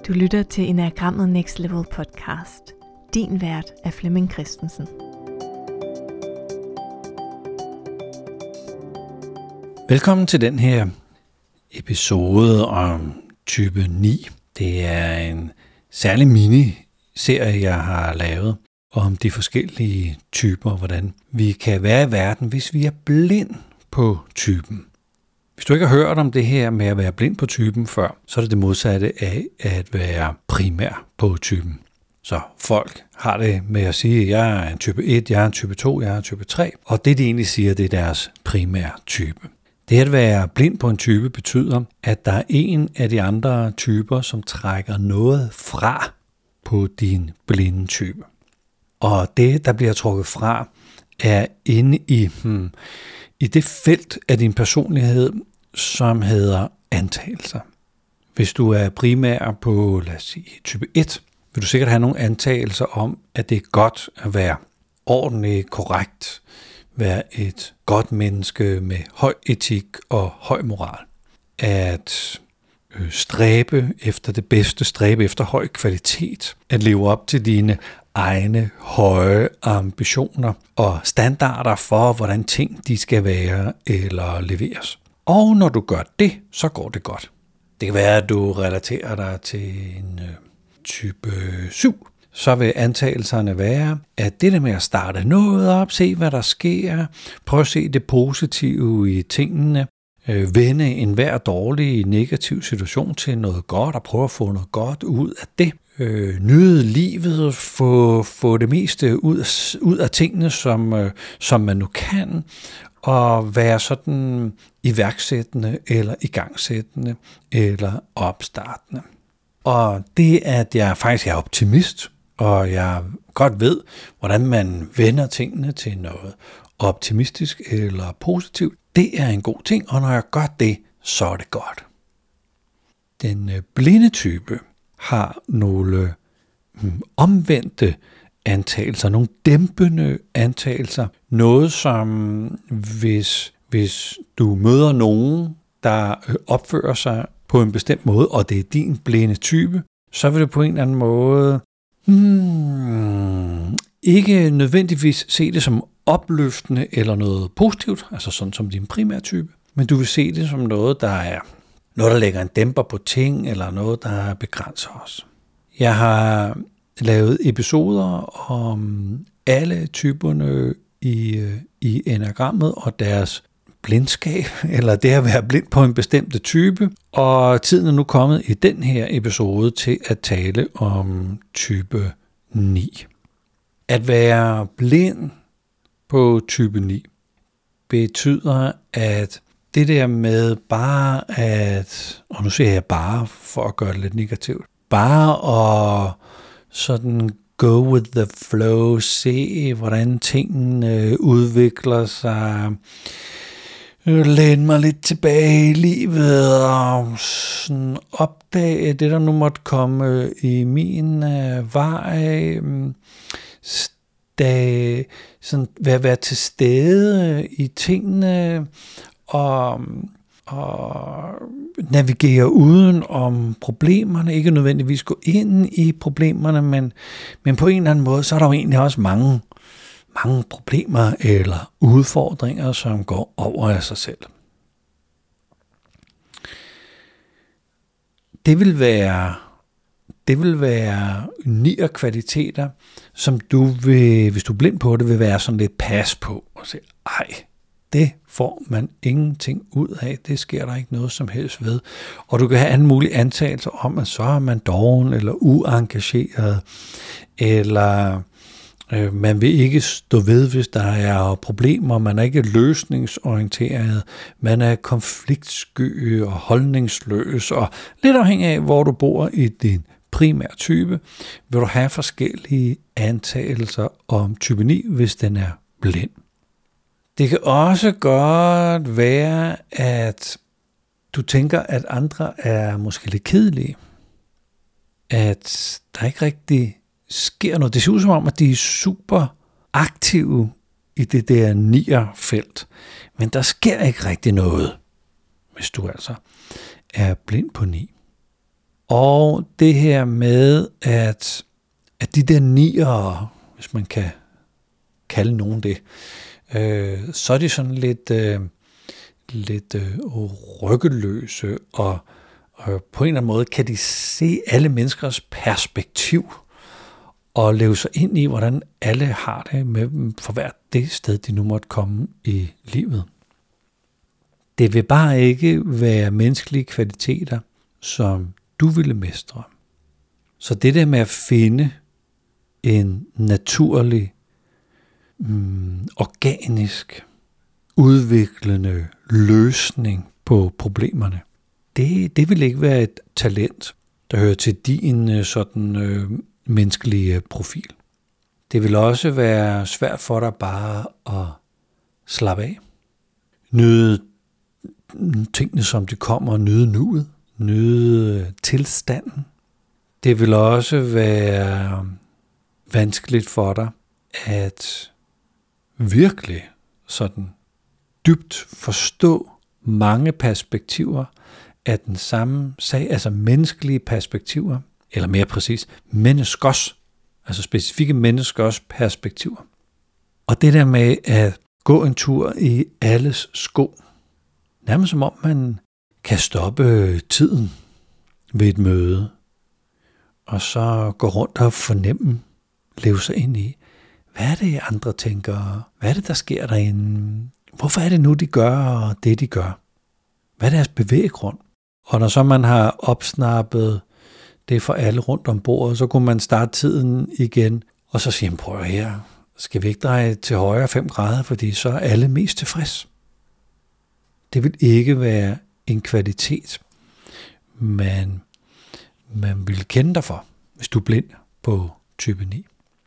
Du lytter til Enneagrammet Next Level podcast. Din vært er Flemming Christensen. Velkommen til den her episode om type 9. Det er en særlig mini-serie, jeg har lavet om de forskellige typer, hvordan vi kan være i verden, hvis vi er blind på typen. Hvis du ikke har hørt om det her med at være blind på typen før, så er det det modsatte af at være primær på typen. Så folk har det med at sige, at jeg er en type 1, jeg er en type 2, jeg er en type 3, og det de egentlig siger, det er deres primære type. Det at være blind på en type betyder, at der er en af de andre typer, som trækker noget fra på din blinde type. Og det, der bliver trukket fra, er inde i det felt af din personlighed, som hedder antagelser. Hvis du er primær på, lad os sige, type 1, vil du sikkert have nogle antagelser om, at det er godt at være ordentligt, korrekt, være et godt menneske med høj etik og høj moral. At stræbe efter det bedste, stræbe efter høj kvalitet, at leve op til dine egne høje ambitioner og standarder for, hvordan ting de skal være eller leveres. Og når du gør det, så går det godt. Det kan være, at du relaterer dig til en type 7. Så vil antagelserne være, at det der med at starte noget op, se hvad der sker, prøv at se det positive i tingene, vende enhver dårlig, negativ situation til noget godt og prøve at få noget godt ud af det. Nyde livet, få det meste ud af tingene, som man nu kan, og være sådan iværksættende eller igangsættende eller opstartende. Og det, at jeg faktisk er optimist, og jeg godt ved, hvordan man vender tingene til noget optimistisk eller positivt, det er en god ting, og når jeg gør det, så er det godt. Den blinde type har nogle omvendte antagelser, nogle dæmpende antagelser. Noget som, hvis du møder nogen, der opfører sig på en bestemt måde, og det er din blinde type, så vil du på en eller anden måde ikke nødvendigvis se det som opløftende eller noget positivt, altså sådan som din primære type, men du vil se det som noget, der lægger en dæmper på ting, eller noget, der begrænser os. Jeg har lavet episoder om alle typerne i enneagrammet og deres blindskab, eller det at være blind på en bestemt type, og tiden er nu kommet i den her episode til at tale om type 9. At være blind på type 9 betyder, at det der med bare at, og nu siger jeg bare for at gøre det lidt negativt, bare at sådan go with the flow, se hvordan tingene udvikler sig, læne mig lidt tilbage i livet og sådan opdage det, der nu måtte komme i min vej, sådan være til stede i tingene og navigere uden om problemerne, ikke nødvendigvis gå ind i problemerne, men på en eller anden måde, så er der jo egentlig også mange problemer eller udfordringer, som går over af sig selv. Det vil være 9 kvaliteter, som du vil, hvis du er blind på det, vil være sådan lidt pas på og sige, det får man ingenting ud af, det sker der ikke noget som helst ved. Og du kan have alle mulige antagelser om, at så er man doven eller uengageret, eller man vil ikke stå ved, hvis der er problemer, man er ikke løsningsorienteret, man er konfliktsky og holdningsløs, og lidt afhængig af, hvor du bor i din primære type, vil du have forskellige antagelser om type 9, hvis den er blind. Det kan også godt være, at du tænker, at andre er måske lidt kedelige, at der ikke rigtig sker noget. Det ser ud som om, at de er super aktive i det der 9'er-felt, men der sker ikke rigtig noget, hvis du altså er blind på 9. Og det her med, at de der niere, hvis man kan kalde nogen det, så er de sådan lidt ryggeløse, og på en eller anden måde kan de se alle menneskers perspektiv, og leve sig ind i, hvordan alle har det med dem for hvert det sted, de nu måtte komme i livet. Det vil bare ikke være menneskelige kvaliteter, som du ville mestre. Så det der med at finde en naturlig, organisk, udviklende løsning på problemerne, det vil ikke være et talent, der hører til din sådan menneskelige profil. Det vil også være svært for dig bare at slappe af. Nyde tingene, som de kommer, og nyde nuet. Nyde tilstanden. Det vil også være vanskeligt for dig at virkelig sådan dybt forstå mange perspektiver af den samme sag, altså menneskelige perspektiver, eller mere præcis, menneskers, altså specifikke menneskers perspektiver. Og det der med at gå en tur i alles sko, nærmest som om man kan stoppe tiden ved et møde, og så gå rundt og fornemme, leve sig ind i, hvad er det andre tænker, hvad er det der sker derinde, hvorfor er det nu de gør det de gør, hvad er deres bevæggrund. Og når så man har opsnappet det for alle rundt om bordet, så kunne man starte tiden igen, og så sige, prøv her, skal vi ikke dreje til højre 5 grader, fordi så er alle mest tilfreds. Det vil ikke være en kvalitet, man vil kende dig for, hvis du er blind på type 9.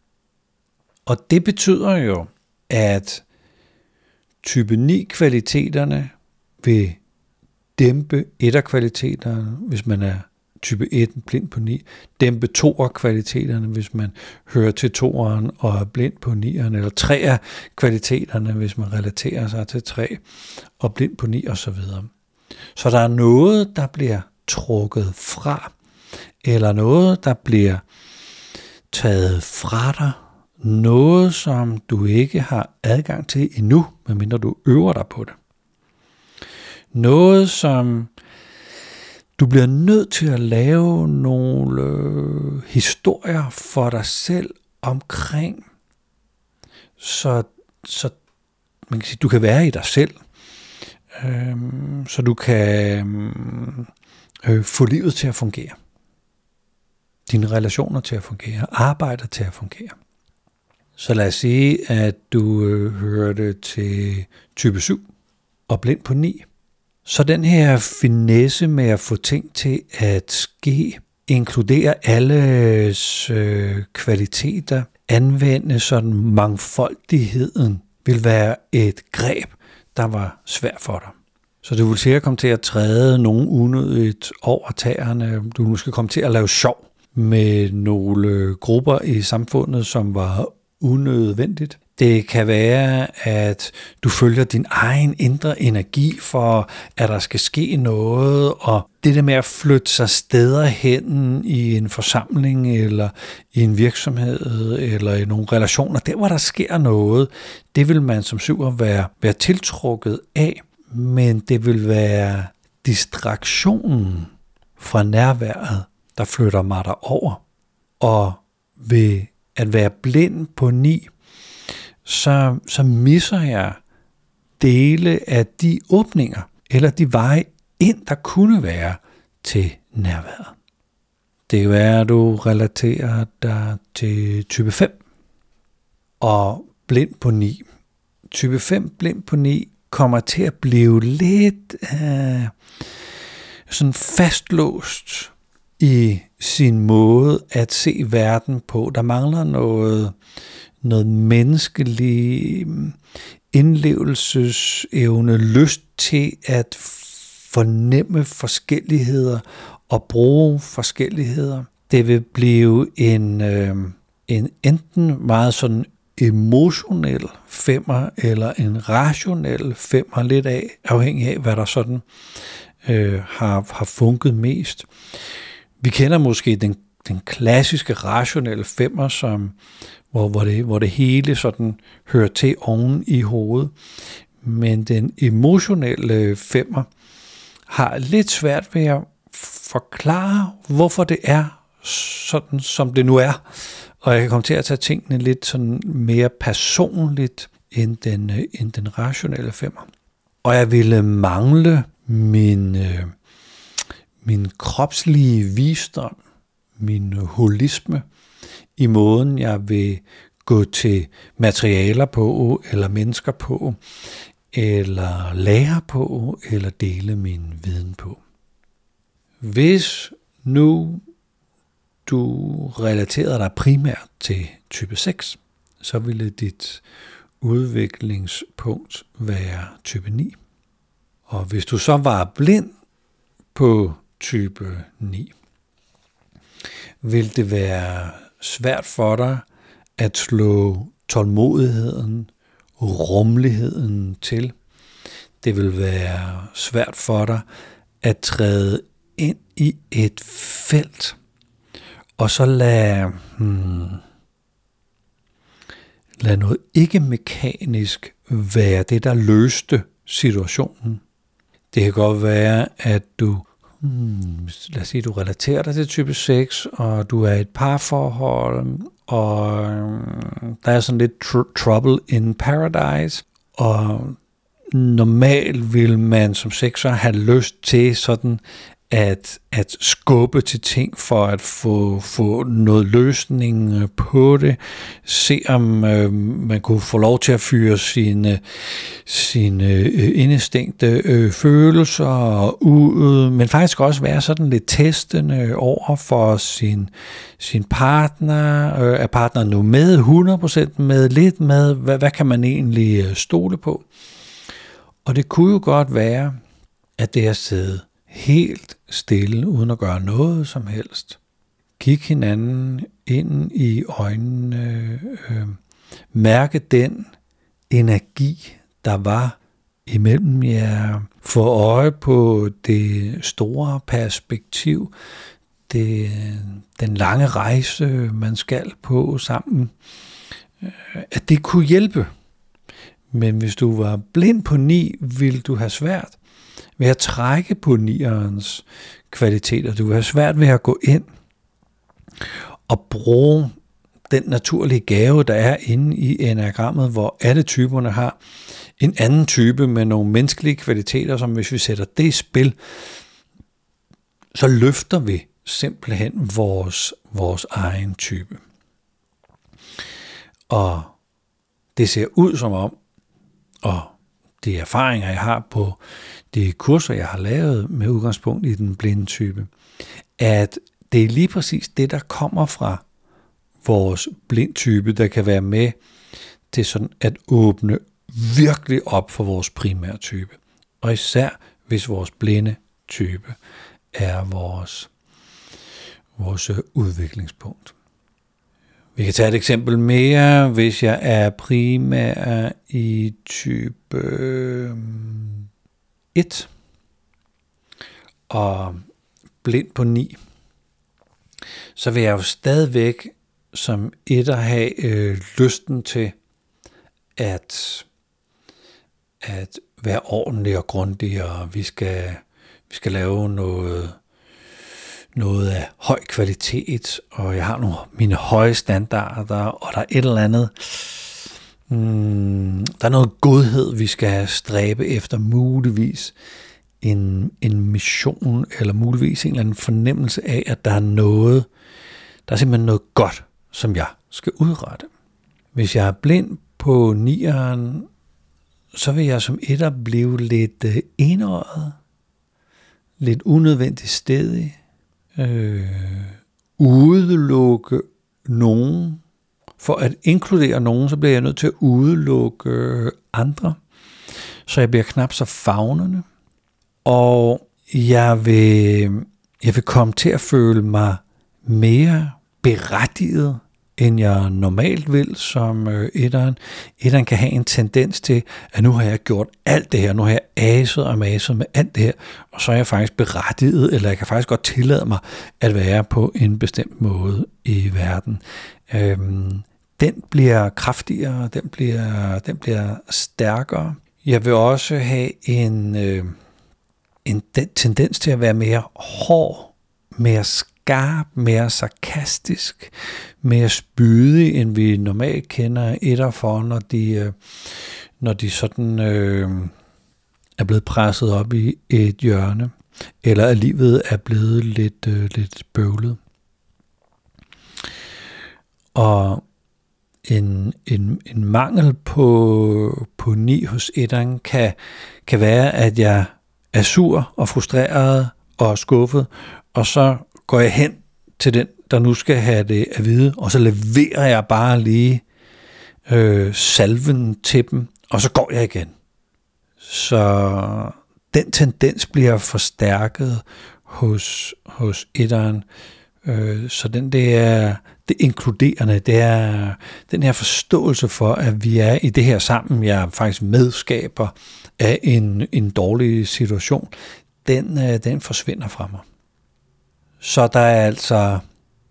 Og det betyder jo, at type 9-kvaliteterne vil dæmpe 1'er-kvaliteterne, hvis man er type 1 blind på 9, dæmpe 2'er-kvaliteterne, hvis man hører til 2'eren og er blind på 9'eren, eller 3'er-kvaliteterne, hvis man relaterer sig til 3 og blind på 9 osv. Så der er noget, der bliver trukket fra, eller noget, der bliver taget fra dig, noget, som du ikke har adgang til endnu, medmindre du øver dig på det. Noget, som du bliver nødt til at lave nogle historier for dig selv omkring, så man kan sige, du kan være i dig selv, så du kan få livet til at fungere, dine relationer til at fungere, arbejdet til at fungere. Så lad os sige, at du hørte til type 7 og blind på 9. Så den her finesse med at få ting til at ske, inkludere alles kvaliteter, anvende sådan mangfoldigheden, vil være et greb, der var svært for dig. Så du vil sikkert komme til at træde nogen unødigt over tæerne. Du vil måske komme til at lave sjov med nogle grupper i samfundet, som var unødvendigt. Det kan være, at du følger din egen indre energi for, at der skal ske noget, og det der med at flytte sig steder hen i en forsamling, eller i en virksomhed, eller i nogle relationer, der hvor der sker noget, det vil man som syver være tiltrukket af, men det vil være distraktionen fra nærværet, der flytter mig derover. Og ved at være blind på 9, så misser jeg dele af de åbninger, eller de veje ind, der kunne være til nærværet. Det kan være, at du relaterer dig til type 5 og blind på 9. Type 5 blind på 9 kommer til at blive lidt sådan fastlåst i sin måde at se verden på. Der mangler noget menneskelig indlevelsesevne, lyst til at fornemme forskelligheder og bruge forskelligheder. Det vil blive en enten meget sådan emotionel 5'er eller en rationel 5'er, lidt af, afhængig af, hvad der sådan har funket mest. Vi kender måske den klassiske rationelle femmer, hvor det hele sådan hører til oven i hovedet. Men den emotionelle femmer har lidt svært ved at forklare, hvorfor det er sådan, som det nu er. Og jeg kan komme til at tage tingene lidt sådan mere personligt end den rationelle femmer. Og jeg ville mangle min kropslige visdom, min holisme, i måden jeg vil gå til materialer på, eller mennesker på, eller lære på, eller dele min viden på. Hvis nu du relaterede dig primært til type 6, så ville dit udviklingspunkt være type 9. Og hvis du så var blind på type 9, vil det være svært for dig at slå tålmodigheden, rummeligheden til. Det vil være svært for dig at træde ind i et felt, og så lad noget ikke mekanisk være det, der løste situationen. Det kan godt være, at du lad os sige, du relaterer dig til type 6, og du er i et parforhold, og der er sådan lidt trouble in paradise, og normalt vil man som 6'er have lyst til sådan at skubbe til ting for at få noget løsning på det, se om man kunne få lov til at fyre sine indestængte følelser ud, men faktisk også være sådan lidt testende over for sin partner. Er partneren nu med 100% med, lidt med, hvad kan man egentlig stole på? Og det kunne jo godt være, at det er siddet helt stille, uden at gøre noget som helst. Kig hinanden ind i øjnene. Mærke den energi, der var imellem jer. Få øje på det store perspektiv. Den lange rejse, man skal på sammen. At det kunne hjælpe. Men hvis du var blind på 9, ville du have svært ved at trække på 9'erens kvaliteter. Du vil have svært ved at gå ind og bruge den naturlige gave, der er inde i enagrammet, hvor alle typerne har en anden type med nogle menneskelige kvaliteter, som hvis vi sætter det i spil, så løfter vi simpelthen vores egen type. Og det ser ud som om, og de erfaringer, jeg har på de kurser, jeg har lavet med udgangspunkt i den blinde type, at det er lige præcis det, der kommer fra vores blind type, der kan være med til sådan at åbne virkelig op for vores primære type. Og især hvis vores blinde type er vores udviklingspunkt. Vi kan tage et eksempel mere, hvis jeg er primær i type 1 og blind på 9, så vil jeg jo stadigvæk som etter have lysten til at være ordentlig og grundig, og vi skal lave noget af høj kvalitet, og jeg har mine høje standarder, og der er et eller andet, der er noget godhed, vi skal stræbe efter, muligvis en mission, eller muligvis en eller anden fornemmelse af, at der er simpelthen noget godt, som jeg skal udrette. Hvis jeg er blind på 9'eren, så vil jeg som etter blive lidt enøjet, lidt unødvendigt stædig, udelukke nogen. For at inkludere nogen, så bliver jeg nødt til at udelukke andre, så jeg bliver knap så favnende. Og jeg vil komme til at føle mig mere berettiget end jeg normalt vil som etteren. Etteren kan have en tendens til, at nu har jeg gjort alt det her, nu har jeg aset og maset med alt det her, og så er jeg faktisk berettiget, eller jeg kan faktisk godt tillade mig at være på en bestemt måde i verden. Den bliver kraftigere, den bliver stærkere. Jeg vil også have en tendens til at være mere hård, mere skarp, mere sarkastisk, mere spydig, end vi normalt kender etter for, når de sådan er blevet presset op i et hjørne, eller at livet er blevet lidt bøvlet. Og en mangel på 9 hos etteren kan være, at jeg er sur og frustreret og skuffet, og så går jeg hen til den, der nu skal have det at vide, og så leverer jeg bare lige salven til dem, og så går jeg igen. Så den tendens bliver forstærket hos etteren, så det er det inkluderende, det er den her forståelse for, at vi er i det her sammen, jeg er faktisk medskaber af en dårlig situation, den forsvinder fra mig. Så der er altså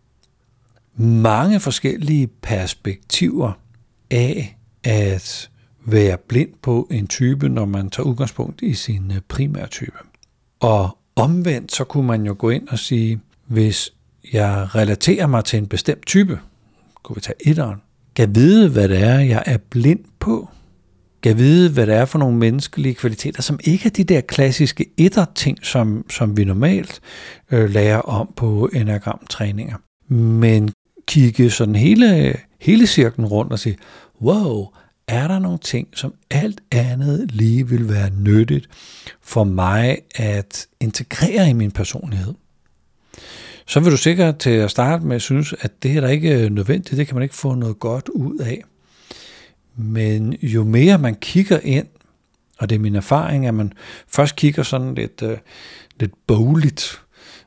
mange forskellige perspektiver af at være blind på en type, når man tager udgangspunkt i sin primære type. Og omvendt, så kunne man jo gå ind og sige, hvis jeg relaterer mig til en bestemt type, kunne vi tage etteren, kan vide, hvad det er, jeg er blind på, kan vide, hvad det er for nogle menneskelige kvaliteter, som ikke er de der klassiske etter-ting, som vi normalt lærer om på enneagramtræninger. Men kigge sådan hele cirklen rundt og sige, wow, er der nogle ting, som alt andet lige vil være nyttigt for mig at integrere i min personlighed? Så vil du sikkert til at starte med synes, at det er der ikke nødvendigt, det kan man ikke få noget godt ud af. Men jo mere man kigger ind, og det er min erfaring, at man først kigger sådan lidt bogligt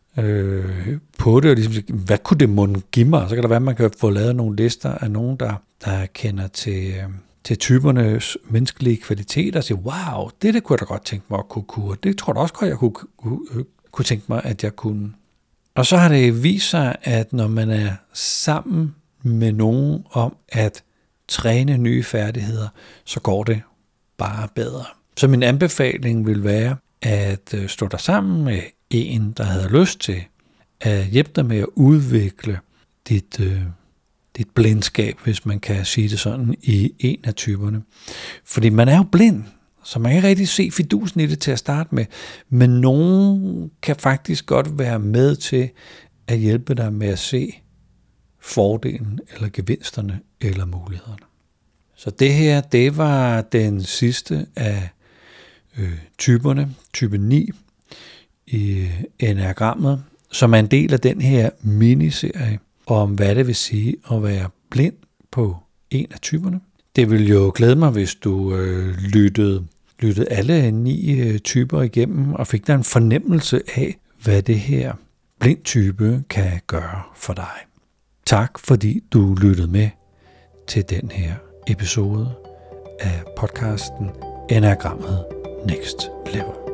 på det, og ligesom, hvad kunne det måtte give mig? Så kan der være, at man kan få lavet nogle lister af nogen, der kender til typernes menneskelige kvaliteter, og siger, wow, det kunne jeg da godt tænke mig at kunne. Det tror jeg også godt, jeg kunne tænke mig, at jeg kunne. Og så har det vist sig, at når man er sammen med nogen om at træne nye færdigheder, så går det bare bedre. Så min anbefaling vil være at stå der sammen med en, der havde lyst til at hjælpe dig med at udvikle dit blindskab, hvis man kan sige det sådan, i en af typerne. Fordi man er jo blind, så man kan ikke rigtig se fidusen i det til at starte med, men nogen kan faktisk godt være med til at hjælpe dig med at se fordelen, eller gevinsterne, eller mulighederne. Så det her, det var den sidste af typerne, type 9 i enneagrammet, som er en del af den her miniserie om, hvad det vil sige at være blind på en af typerne. Det ville jo glæde mig, hvis du lyttede alle 9 typer igennem og fik der en fornemmelse af, hvad det her blind type kan gøre for dig. Tak fordi du lyttede med til den her episode af podcasten Enneagrammet Next Level.